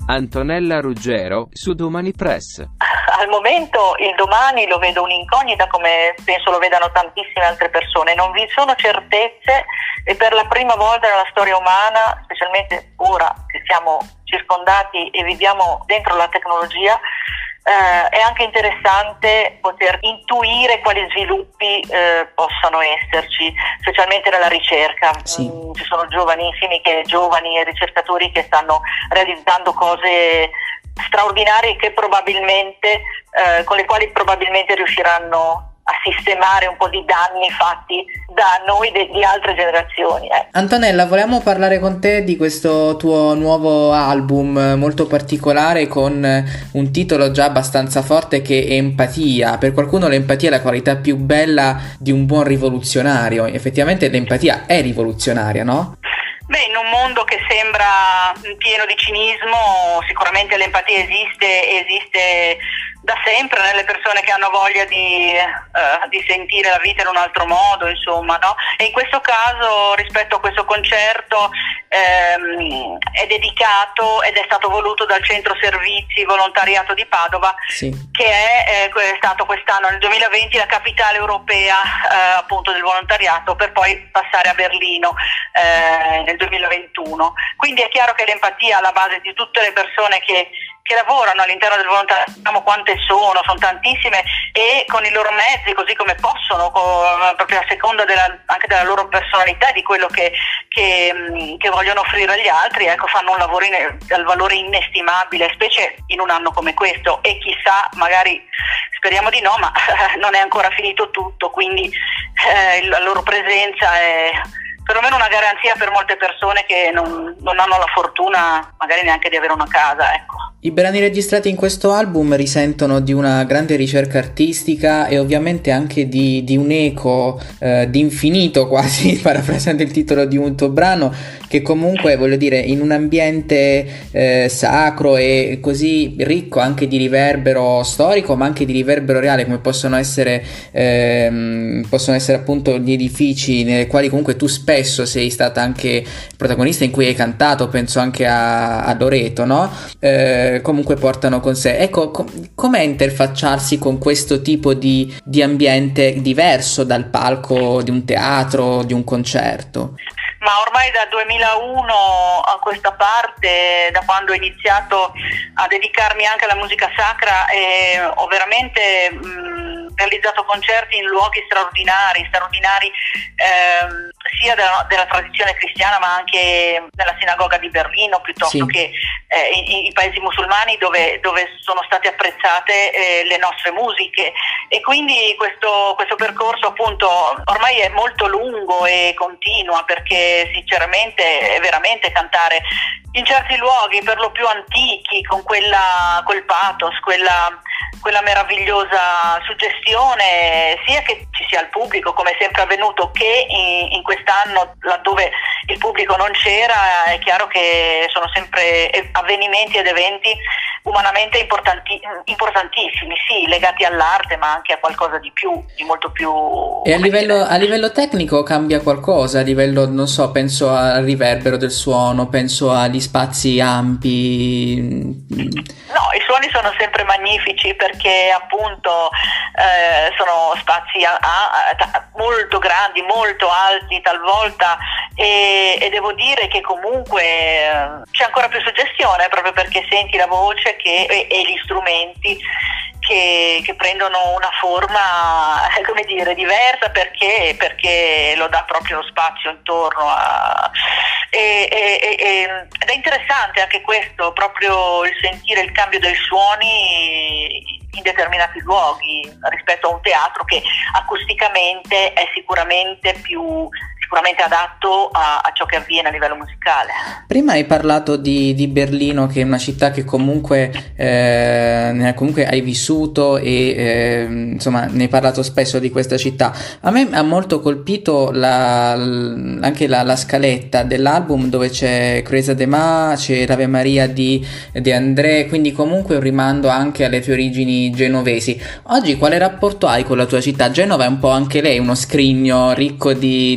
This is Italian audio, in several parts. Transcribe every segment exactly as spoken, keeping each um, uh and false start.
Antonella Ruggero, su Domani Press. Al momento il Domani lo vedo un'incognita, come penso lo vedano tantissime altre persone. Non vi sono certezze e per la prima volta nella storia umana, specialmente ora che siamo circondati e viviamo dentro la tecnologia, eh, è anche interessante poter intuire quali sviluppi eh, possano esserci, specialmente nella ricerca. Sì. Mm, ci sono giovanissimi che, giovani e ricercatori che stanno realizzando cose straordinarie che probabilmente eh, con le quali probabilmente riusciranno a sistemare un po' di danni fatti da noi de- di altre generazioni. Eh. Antonella, volevamo parlare con te di questo tuo nuovo album molto particolare con un titolo già abbastanza forte che è Empatia. Per qualcuno l'empatia è la qualità più bella di un buon rivoluzionario. Effettivamente l'empatia è rivoluzionaria, no? Beh, in un mondo che sembra pieno di cinismo, sicuramente l'empatia esiste, esiste da sempre nelle persone che hanno voglia di, uh, di sentire la vita in un altro modo, insomma, no? E in questo caso, rispetto a questo concerto, ehm, è dedicato ed è stato voluto dal Centro Servizi Volontariato di Padova, sì. che è, eh, è stato quest'anno, nel duemilaventi, la capitale europea eh, appunto del volontariato, per poi passare a Berlino eh, nel duemilaventuno. Quindi è chiaro che l'empatia è alla base di tutte le persone che che lavorano all'interno del volontariato. Sappiamo quante sono, sono tantissime, e con i loro mezzi, così come possono, con, proprio a seconda della, anche della loro personalità, di quello che, che, che vogliono offrire agli altri, ecco, fanno un lavoro in, dal valore inestimabile, specie in un anno come questo, e chissà, magari speriamo di no, ma non è ancora finito tutto, quindi eh, la loro presenza è perlomeno una garanzia per molte persone che non, non hanno la fortuna magari neanche di avere una casa, ecco. I brani registrati in questo album risentono di una grande ricerca artistica e ovviamente anche di, di un eco eh, di infinito, quasi, parafrasando il titolo di un tuo brano, che comunque, voglio dire, in un ambiente eh, sacro e così ricco anche di riverbero storico, ma anche di riverbero reale, come possono essere ehm, possono essere appunto gli edifici nei quali comunque tu spesso sei stata anche protagonista, in cui hai cantato, penso anche a, a Loreto, no? Eh, comunque portano con sé. Ecco, com- com'è interfacciarsi con questo tipo di, di ambiente diverso dal palco di un teatro, di un concerto? Ma ormai dal duemilauno a questa parte, da quando ho iniziato a dedicarmi anche alla musica sacra, eh, ho veramente mh, realizzato concerti in luoghi straordinari, straordinari ehm, sia della, della tradizione cristiana, ma anche nella sinagoga di Berlino, piuttosto sì. che eh, in, in paesi musulmani dove, dove sono state apprezzate eh, le nostre musiche. E quindi questo, questo percorso appunto ormai è molto lungo e continua, perché sinceramente è veramente cantare in certi luoghi per lo più antichi, con quella, quel pathos, quella, quella meravigliosa suggestione, sia che ci sia il pubblico, come è sempre avvenuto, che in, in quest'anno, laddove il pubblico non c'era, è chiaro che sono sempre avvenimenti ed eventi umanamente importanti, importantissimi, sì, legati all'arte, ma anche a qualcosa di più, di molto più... E a livello, a livello tecnico cambia qualcosa? A livello, non so, penso al riverbero del suono, penso agli spazi ampi... No, i suoni sono sempre magnifici, perché appunto eh, sono spazi a, a, a, molto grandi, molto alti talvolta, e, e devo dire che comunque eh, c'è ancora più suggestione, proprio perché senti la voce che, e, e gli strumenti che, che prendono una forma, come dire, diversa, perché, perché lo dà proprio lo spazio intorno a... E, e, e, ed è interessante anche questo, proprio il sentire il cambio dei suoni in determinati luoghi rispetto a un teatro che acusticamente è sicuramente più sicuramente adatto a, a ciò che avviene a livello musicale. Prima hai parlato di, di Berlino, che è una città che comunque, eh, comunque hai vissuto e eh, insomma ne hai parlato spesso di questa città. A me ha molto colpito la, anche la, la scaletta dell'album, dove c'è Cresa de Ma, c'è l'Ave Maria di De André, quindi comunque un rimando anche alle tue origini genovesi. Oggi quale rapporto hai con la tua città? Genova è un po' anche lei uno scrigno ricco di, di sorprese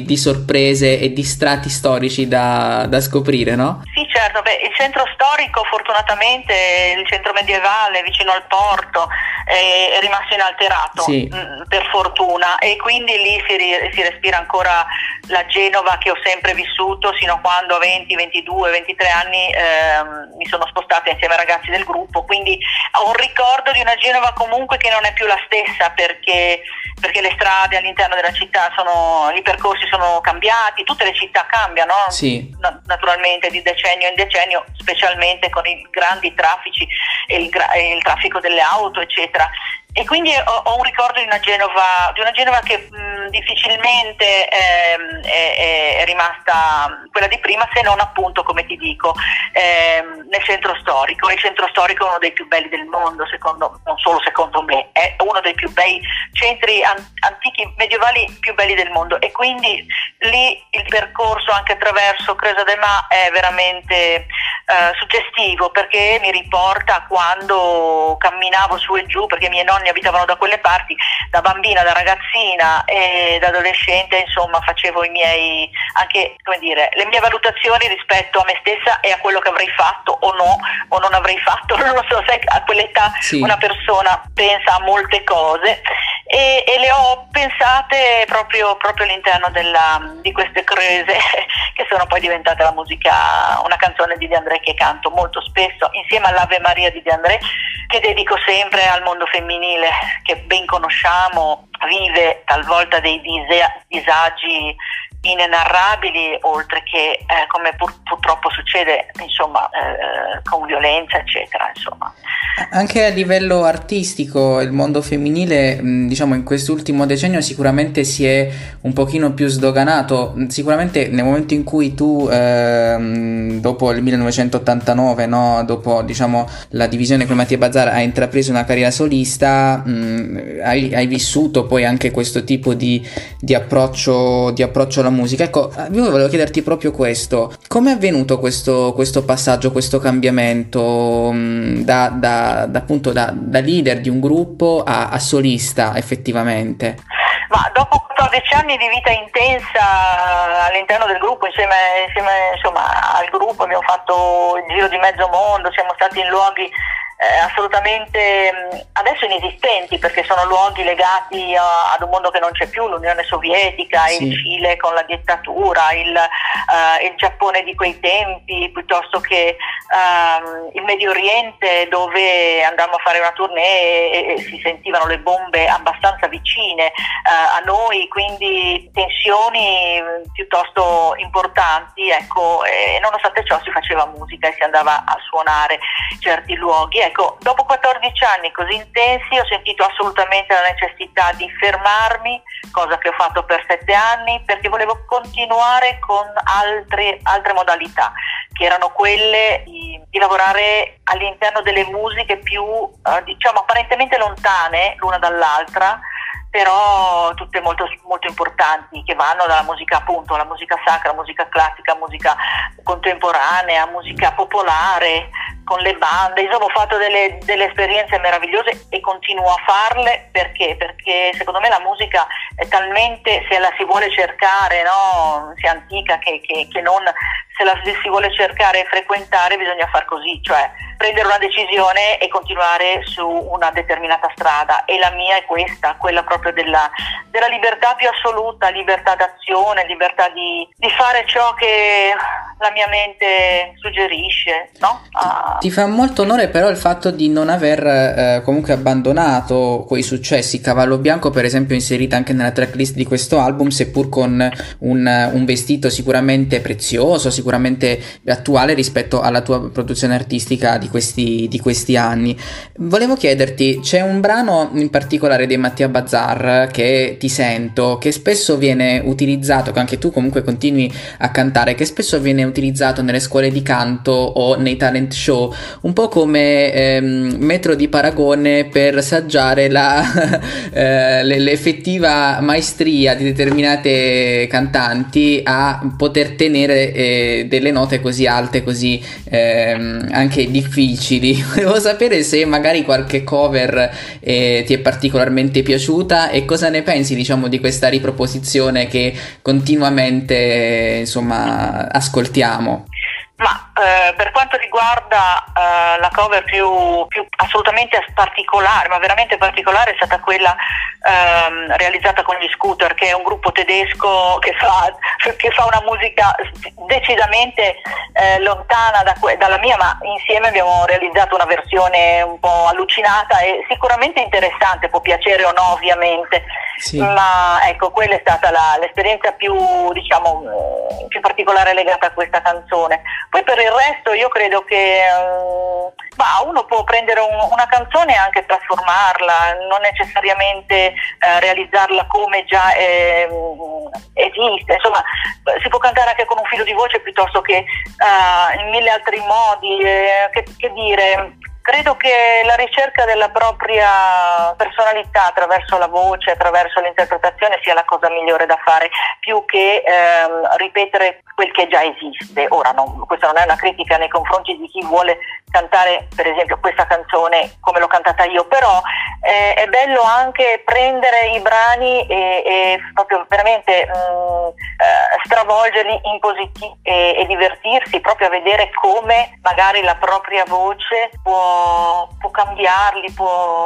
sorprese e di strati storici da, da scoprire, no? Sì, certo, beh, il centro storico fortunatamente, il centro medievale vicino al porto è, è rimasto inalterato, sì. mh, per fortuna, e quindi lì si, ri, si respira ancora la Genova che ho sempre vissuto sino a quando a venti, ventidue, ventitré anni ehm, mi sono spostata insieme ai ragazzi del gruppo, quindi ho un ricordo di una Genova comunque che non è più la stessa perché, perché le strade all'interno della città sono, i percorsi sono cambiati, tutte le città cambiano, sì. Na- naturalmente di decennio in decennio, specialmente con i grandi traffici e il, gra- e il traffico delle auto eccetera. E quindi ho, ho un ricordo di una Genova, di una Genova che mh, difficilmente ehm, è, è rimasta quella di prima, se non appunto, come ti dico, ehm, nel centro storico. Il centro storico è uno dei più belli del mondo, secondo, non solo secondo me, è uno dei più bei centri an- antichi medievali più belli del mondo, e quindi lì il percorso anche attraverso Cresa de Mar è veramente eh, suggestivo, perché mi riporta a quando camminavo su e giù, perché i miei nonni abitavano da quelle parti, da bambina, da ragazzina e da adolescente, insomma facevo i miei, anche come dire, le mie valutazioni rispetto a me stessa e a quello che avrei fatto o no, o non avrei fatto, non lo so, sai, a quell'età sì. Una persona pensa a molte cose e, e le ho pensate proprio, proprio all'interno della, di queste crese che sono poi diventate la musica, una canzone di De André che canto molto spesso insieme all'Ave Maria di De André, che dedico sempre al mondo femminile che ben conosciamo, vive talvolta dei dise- disagi inenarrabili, oltre che eh, come pur, purtroppo succede, insomma, eh, con violenza eccetera, insomma. Anche a livello artistico il mondo femminile, diciamo, in quest'ultimo decennio sicuramente si è un pochino più sdoganato. Sicuramente nel momento in cui tu ehm, dopo il millenovecentottantanove, no, dopo diciamo la divisione con Mattia Bazar, hai intrapreso una carriera solista, mh, hai, hai vissuto poi anche questo tipo di, di approccio di approccio alla musica. Ecco, io volevo chiederti proprio questo: come è avvenuto questo, questo passaggio, questo cambiamento mh, da, da Da, appunto da, da leader di un gruppo a, a solista effettivamente? Ma dopo quattordici anni di vita intensa all'interno del gruppo, insieme, insieme insomma, al gruppo abbiamo fatto il giro di mezzo mondo, siamo stati in luoghi eh, assolutamente mh, adesso inesistenti, perché sono luoghi legati a, ad un mondo che non c'è più, l'Unione Sovietica, sì. Il Cile con la dittatura, il, uh, il Giappone di quei tempi, piuttosto che um, il Medio Oriente, dove andavamo a fare una tournée e, e si sentivano le bombe abbastanza vicine uh, a noi, quindi tensioni piuttosto importanti, ecco, e nonostante ciò si faceva musica e si andava a suonare certi luoghi. Ecco, dopo quattordici anni così intensi ho sentito assolutamente la necessità di fermarmi, cosa che ho fatto per sette anni, perché volevo continuare con altre, altre modalità, che erano quelle di, di lavorare all'interno delle musiche più, eh, diciamo, apparentemente lontane l'una dall'altra, però tutte molto, molto importanti, che vanno dalla musica, appunto, la musica sacra, musica classica, musica contemporanea, musica popolare, con le bande. Insomma, ho fatto delle, delle esperienze meravigliose e continuo a farle, perché? Perché secondo me la musica è talmente, se la si vuole cercare, no, sia antica che, che, che non, se la si vuole cercare e frequentare, bisogna far così, cioè prendere una decisione e continuare su una determinata strada, e la mia è questa, quella proprio della, della libertà più assoluta, libertà d'azione, libertà di, di fare ciò che la mia mente suggerisce, no? Ah. Ti fa molto onore però il fatto di non aver eh, comunque abbandonato quei successi. Cavallo Bianco, per esempio, inserita anche nella tracklist di questo album, seppur con un, un vestito sicuramente prezioso, sicuramente attuale rispetto alla tua produzione artistica di questi, di questi anni. Volevo chiederti, c'è un brano in particolare dei Mattia Bazar che Ti sento, che spesso viene utilizzato, che anche tu comunque continui a cantare, che spesso viene utilizzato nelle scuole di canto o nei talent show, un po' come ehm, metro di paragone per saggiare la, eh, l'effettiva maestria di determinate cantanti a poter tenere eh, de- delle note così alte, così ehm, anche difficili. Volevo sapere se magari qualche cover eh, ti è particolarmente piaciuta e cosa ne pensi, diciamo, di questa riproposizione che continuamente eh, insomma ascoltiamo. Ma eh, per quanto riguarda eh, la cover più, più assolutamente particolare, ma veramente particolare, è stata quella ehm, realizzata con gli Scooter, che è un gruppo tedesco che fa, che fa una musica decisamente eh, lontana da que- dalla mia, ma insieme abbiamo realizzato una versione un po' allucinata e sicuramente interessante, può piacere o no ovviamente, sì. Ma ecco, quella è stata la, l'esperienza più, diciamo, più particolare legata a questa canzone. Poi per il resto io credo che um, bah, uno può prendere un, una canzone e anche trasformarla, non necessariamente eh, realizzarla come già eh, esiste, insomma si può cantare anche con un filo di voce piuttosto che uh, in mille altri modi, eh, che, che dire... Credo che la ricerca della propria personalità attraverso la voce, attraverso l'interpretazione sia la cosa migliore da fare, più che ehm, ripetere quel che già esiste. Ora, non, questa non è una critica nei confronti di chi vuole cantare, per esempio, questa canzone come l'ho cantata io, però eh, è bello anche prendere i brani e, e proprio veramente mh, eh, stravolgerli in positivo e, e divertirsi proprio a vedere come magari la propria voce può può cambiarli, può,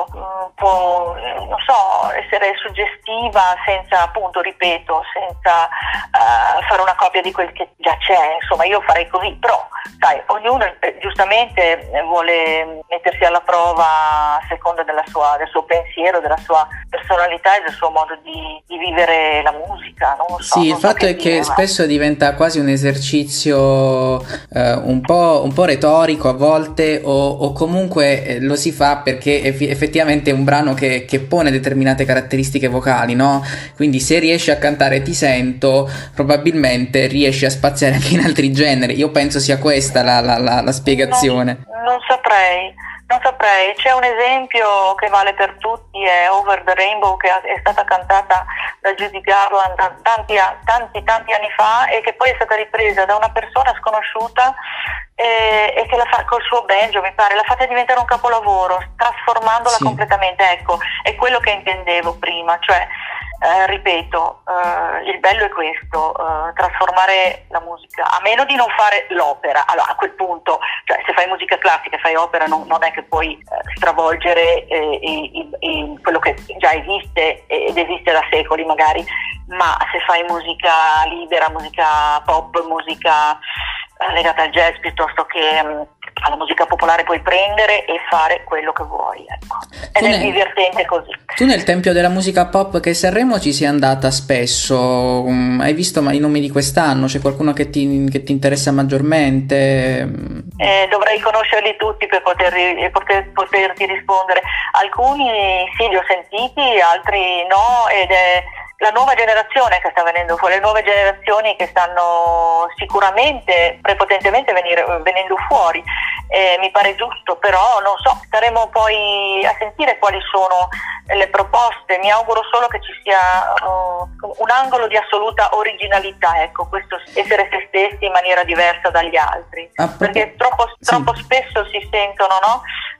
può non so, essere suggestiva senza, appunto, ripeto, senza uh, fare una copia di quel che già c'è. Insomma, io farei così, però sai, ognuno eh, giustamente vuole mettersi alla prova a seconda della sua, del suo pensiero, della sua personalità e del suo modo di, di vivere la musica. Non lo so, sì, non il fatto so è che dire, spesso ma... diventa quasi un esercizio eh, un po', un po' retorico a volte, o, o comunque Comunque lo si fa perché effettivamente è un brano che, che pone determinate caratteristiche vocali, no? Quindi se riesci a cantare Ti sento, probabilmente riesci a spaziare anche in altri generi. Io penso sia questa la, la, la, la spiegazione. Non, non saprei, non saprei. C'è un esempio che vale per tutti, è Over the Rainbow, che è stata cantata da Judy Garland tanti, tanti, tanti anni fa e che poi è stata ripresa da una persona sconosciuta e, e che la fa col suo banjo, mi pare, l'ha fatta diventare un capolavoro, trasformandola sì. completamente. Ecco, è quello che intendevo prima, cioè eh, ripeto, eh, il bello è questo, eh, trasformare la musica, a meno di non fare l'opera. Allora a quel punto, cioè se fai musica classica e fai opera, non, non è che puoi eh, stravolgere eh, i, i, quello che già esiste ed esiste da secoli magari, ma se fai musica libera, musica pop, musica legata al jazz piuttosto che um, alla musica popolare, puoi prendere e fare quello che vuoi, ecco. Ed è divertente così. Tu nel Tempio della Musica Pop che Sanremo ci sei andata spesso, um, hai visto ma, i nomi di quest'anno? C'è qualcuno che ti, che ti interessa maggiormente? Eh, dovrei conoscerli tutti per poter, poter, poterti rispondere. Alcuni sì, li ho sentiti, altri no, ed è la nuova generazione che sta venendo fuori, le nuove generazioni che stanno sicuramente prepotentemente venire, venendo fuori, eh, mi pare giusto, però non so, staremo poi a sentire quali sono le proposte. Mi auguro solo che ci sia uh, un angolo di assoluta originalità, ecco, questo, essere se stessi in maniera diversa dagli altri, ah, perché troppo, sì. troppo spesso si sentono, no?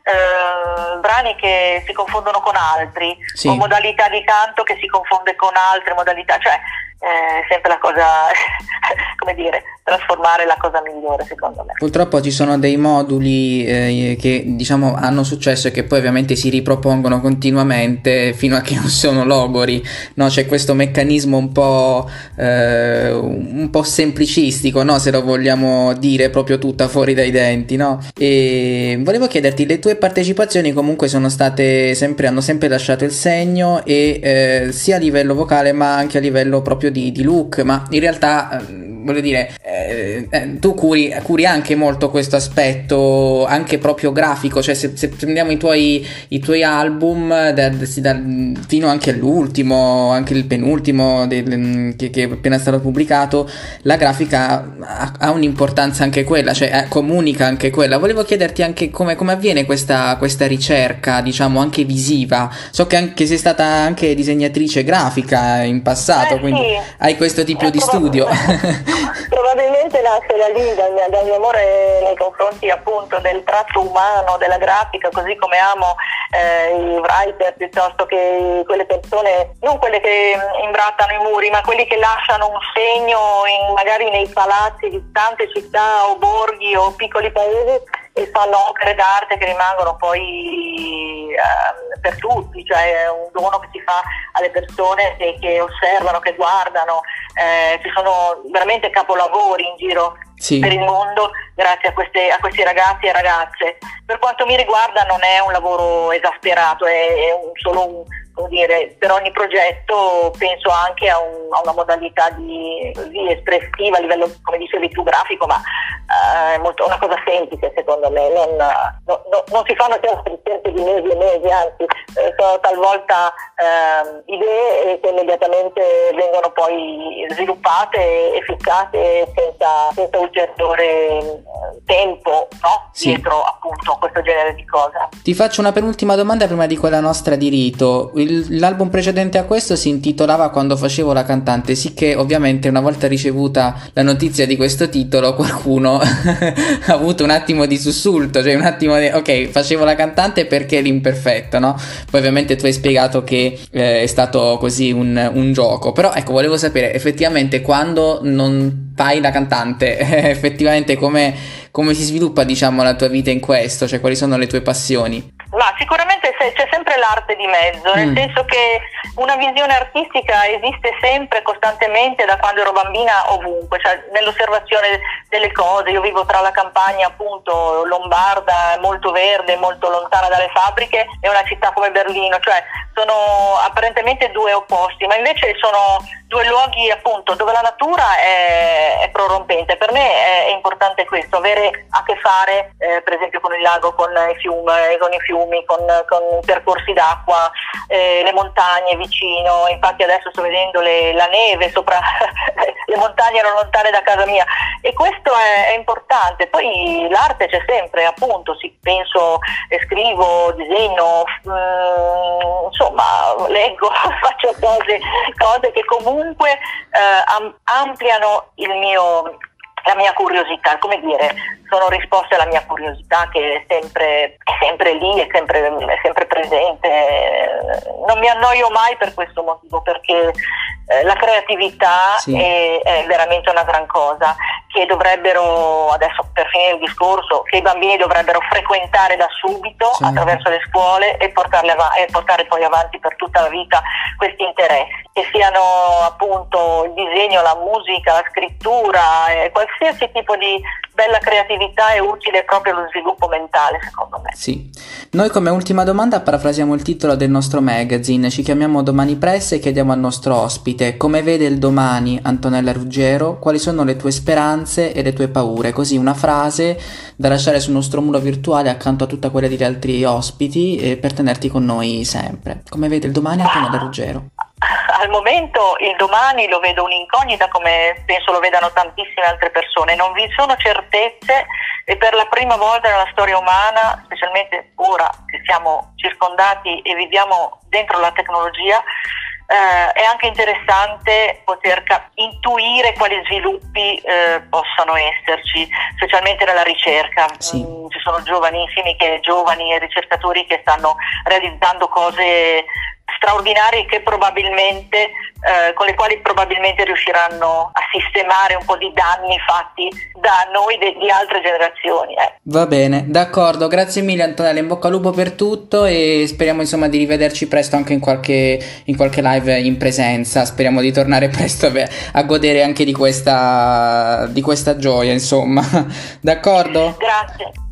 Uh, brani che si confondono con altri, sì. o modalità di canto che si confonde con altre modalità, cioè è sempre la cosa, come dire, trasformare la cosa migliore, secondo me. Purtroppo ci sono dei moduli eh, che diciamo hanno successo e che poi ovviamente si ripropongono continuamente fino a che non sono logori, no? C'è questo meccanismo un po' eh, un po' semplicistico, no? Se lo vogliamo dire proprio tutta fuori dai denti, no? E volevo chiederti, le tue partecipazioni comunque sono state sempre, hanno sempre lasciato il segno, e eh, sia a livello vocale ma anche a livello proprio di, di look, ma in realtà voglio dire eh, eh, tu curi, curi anche molto questo aspetto anche proprio grafico, cioè se, se prendiamo i tuoi, i tuoi album da, da, fino anche all'ultimo, anche il penultimo del, che, che è appena stato pubblicato, la grafica ha, ha un'importanza anche quella, cioè eh, comunica anche quella. Volevo chiederti anche come, come avviene questa, questa ricerca, diciamo anche visiva. So che anche sei stata anche disegnatrice grafica in passato, eh, quindi sì. hai questo tipo eh, di prob- studio. Probabilmente nasce da lì, dal, dal mio amore nei confronti appunto del tratto umano, della grafica, così come amo eh, i writer piuttosto che quelle persone, non quelle che imbrattano i muri, ma quelli che lasciano un segno in, magari nei palazzi di tante città o borghi o piccoli paesi, e fanno opere d'arte che rimangono poi eh, per tutti, cioè è un dono che si fa alle persone che, che osservano, che guardano. Eh, ci sono veramente capolavori in giro sì. per il mondo grazie a, queste, a questi ragazzi e ragazze. Per quanto mi riguarda non è un lavoro esasperato, è, è un, solo un, come dire, per ogni progetto penso anche a, un, a una modalità di, di espressiva a livello, come dicevi tu, grafico, ma uh, è molto, una cosa semplice secondo me, non, no, no, non si fanno sempre ricerche di mesi e mesi, anzi eh, sono talvolta eh, idee che immediatamente vengono poi sviluppate e fissate senza, senza ulteriore tempo, no? Sì. Dietro appunto a questo genere di cose. Ti faccio una penultima domanda prima di quella nostra di rito. Il, l'album precedente a questo si intitolava Quando facevo la cantante, sicché ovviamente una volta ricevuta la notizia di questo titolo qualcuno ha avuto un attimo di sussulto, cioè un attimo di ok, facevo la cantante perché l'imperfetto, no? Poi ovviamente tu hai spiegato che eh, è stato così un, un gioco, però ecco, volevo sapere effettivamente quando non fai la cantante effettivamente come, come si sviluppa, diciamo, la tua vita in questo, cioè quali sono le tue passioni? Ma sicuramente c'è sempre l'arte di mezzo, nel mm. senso che una visione artistica esiste sempre, costantemente, da quando ero bambina, ovunque, cioè nell'osservazione delle cose. Io vivo tra la campagna appunto lombarda, molto verde, molto lontana dalle fabbriche, e una città come Berlino, cioè sono apparentemente due opposti, ma invece sono due luoghi appunto dove la natura è, è prorompente. Per me è, è importante questo, avere a che fare eh, per esempio con il lago, con i fiumi, con i fiumi, con, con i percorsi d'acqua, eh, le montagne vicino. Infatti adesso sto vedendo le, la neve sopra le montagne non lontane da casa mia, e questo è, è importante. Poi l'arte c'è sempre, appunto, si penso, eh, scrivo, disegno, mh, insomma leggo, faccio cose, cose che comunque eh, ampliano il mio, la mia curiosità, come dire, sono risposte alla mia curiosità, che è sempre, è sempre lì, è sempre, è sempre presente. Non mi annoio mai per questo motivo, perché eh, la creatività sì. è, è veramente una gran cosa, che dovrebbero, adesso per finire il discorso, che i bambini dovrebbero frequentare da subito sì. attraverso le scuole e, portarle av- e portare poi avanti per tutta la vita questi interessi, che siano appunto il disegno, la musica, la scrittura, eh, qualsiasi tipo di bella creatività è utile proprio allo sviluppo mentale, secondo me. Sì. Noi come ultima domanda parafrasiamo il titolo del nostro magazine, ci chiamiamo Domani Press e chiediamo al nostro ospite: come vede il domani Antonella Ruggero, quali sono le tue speranze e le tue paure? Così una frase da lasciare sul nostro muro virtuale accanto a tutta quella degli altri ospiti, eh, per tenerti con noi sempre. Come vede il domani Antonella Ruggero? Al momento il domani lo vedo un'incognita, come penso lo vedano tantissime altre persone. Non vi sono certezze, e per la prima volta nella storia umana, specialmente ora che siamo circondati e viviamo dentro la tecnologia, eh, è anche interessante poter cap- intuire quali sviluppi eh, possano esserci, specialmente nella ricerca. Sì. Mm, ci sono giovanissimi che, giovani ricercatori che stanno realizzando cose straordinarie, che probabilmente eh, con le quali probabilmente riusciranno a sistemare un po' di danni fatti da noi de- di altre generazioni. Eh. Va bene, d'accordo, grazie mille Antonella, in bocca al lupo per tutto, e speriamo insomma di rivederci presto anche in qualche, in qualche live in presenza. Speriamo di tornare presto a, a godere anche di questa, di questa gioia, insomma. D'accordo? Grazie.